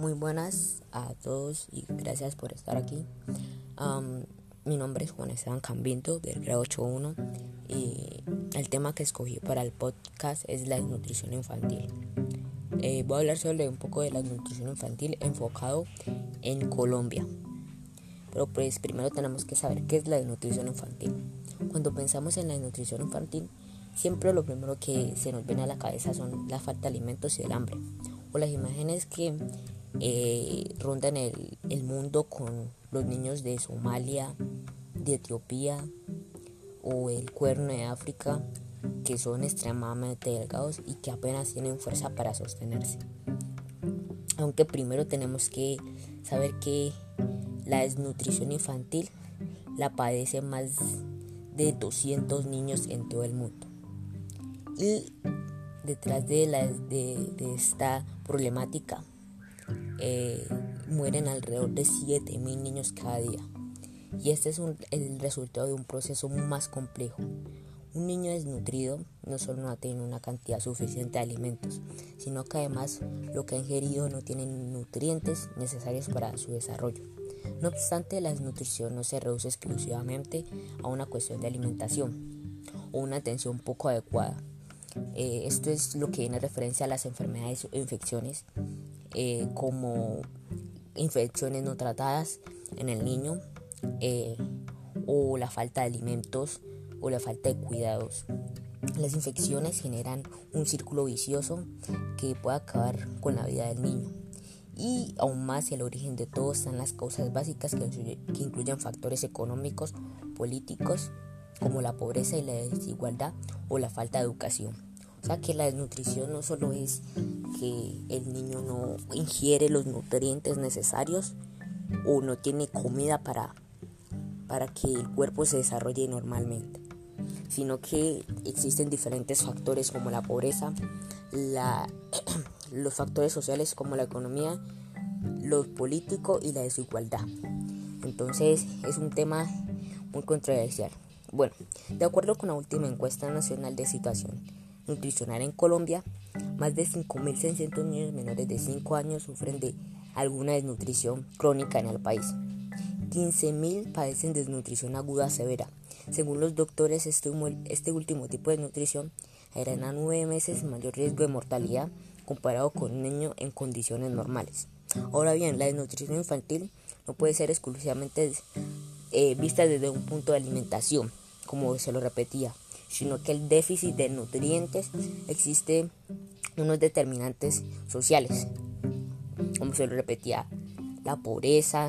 Muy buenas a todos y gracias por estar aquí. Mi nombre es Juan Esteban Cambinto del grado 8.1 y el tema que escogí para el podcast es la desnutrición infantil. Voy a hablar sobre un poco de la desnutrición infantil enfocado en Colombia. Pero pues primero tenemos que saber qué es la desnutrición infantil. Cuando pensamos en la desnutrición infantil, siempre lo primero que se nos viene a la cabeza son la falta de alimentos y el hambre, o las imágenes que rondan el mundo con los niños de Somalia, de Etiopía o el Cuerno de África, que son extremadamente delgados y que apenas tienen fuerza para sostenerse. Aunque primero tenemos que saber que la desnutrición infantil la padecen más de 200 niños en todo el mundo. Y detrás de esta problemática mueren alrededor de 7.000 niños cada día. Y este es el resultado de un proceso más complejo. Un niño desnutrido no solo no tiene una cantidad suficiente de alimentos, sino que además lo que ha ingerido no tiene nutrientes necesarios para su desarrollo. No obstante, la desnutrición no se reduce exclusivamente a una cuestión de alimentación o una atención poco adecuada. Esto es lo que viene a referencia a las enfermedades o infecciones, como infecciones no tratadas en el niño, o la falta de alimentos o la falta de cuidados. Las infecciones generan un círculo vicioso que puede acabar con la vida del niño. Y aún más, el origen de todo están las causas básicas que incluyen factores económicos, políticos, como la pobreza y la desigualdad o la falta de educación. O sea que la desnutrición no solo es que el niño no ingiere los nutrientes necesarios o no tiene comida para que el cuerpo se desarrolle normalmente, sino que existen diferentes factores como la pobreza, los factores sociales como la economía, lo político y la desigualdad. Entonces es un tema muy controversial. Bueno, de acuerdo con la última encuesta nacional de situación nutricional en Colombia, más de 5.600 niños menores de 5 años sufren de alguna desnutrición crónica en el país. 15.000 padecen desnutrición aguda severa. Según los doctores, este último tipo de desnutrición genera a 9 veces mayor riesgo de mortalidad comparado con un niño en condiciones normales. Ahora bien, la desnutrición infantil no puede ser exclusivamente vista desde un punto de alimentación, como se lo repetía, sino que el déficit de nutrientes existe unos determinantes sociales, como se lo repetía, la pobreza,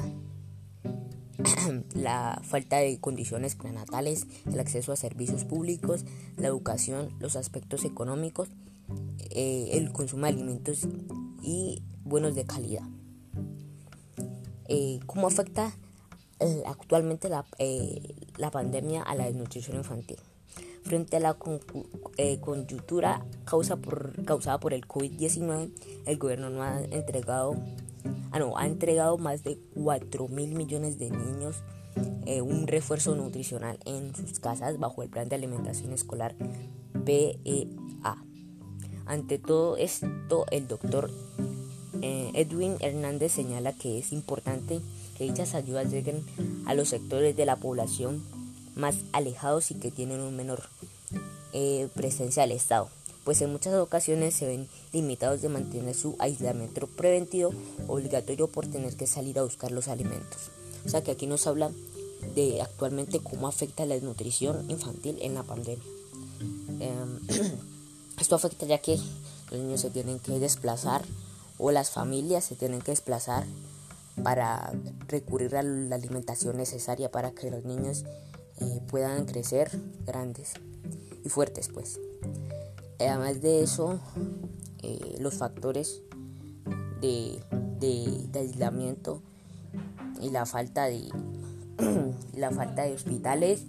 la falta de condiciones prenatales, el acceso a servicios públicos, la educación, los aspectos económicos, el consumo de alimentos y buenos de calidad. ¿Cómo afecta actualmente la pandemia a la desnutrición infantil? Frente a la coyuntura causada por el COVID-19, el gobierno ha entregado más de 4.000 millones de niños un refuerzo nutricional en sus casas bajo el Plan de Alimentación Escolar PEA. Ante todo esto, el doctor Edwin Hernández señala que es importante que dichas ayudas lleguen a los sectores de la población más alejados y que tienen un menor presencia del Estado, pues en muchas ocasiones se ven limitados de mantener su aislamiento preventivo obligatorio por tener que salir a buscar los alimentos. O sea que aquí nos habla de actualmente cómo afecta la desnutrición infantil en la pandemia. Esto afecta ya que los niños se tienen que desplazar o las familias se tienen que desplazar para recurrir a la alimentación necesaria para que los niños puedan crecer grandes y fuertes, pues. Además de eso, los factores de aislamiento y la falta de hospitales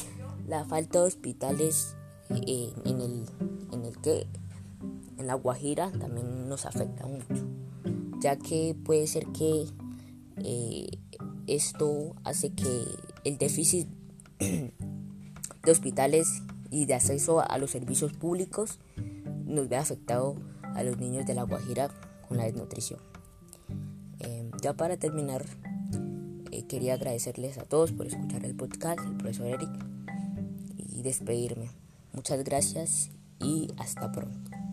en La Guajira también nos afecta mucho, ya que puede ser que esto hace que el déficit de hospitales y de acceso a los servicios públicos nos vea afectado a los niños de La Guajira con la desnutrición. Ya para terminar, quería agradecerles a todos por escuchar el podcast, el profesor Eric, y despedirme. Muchas gracias y hasta pronto.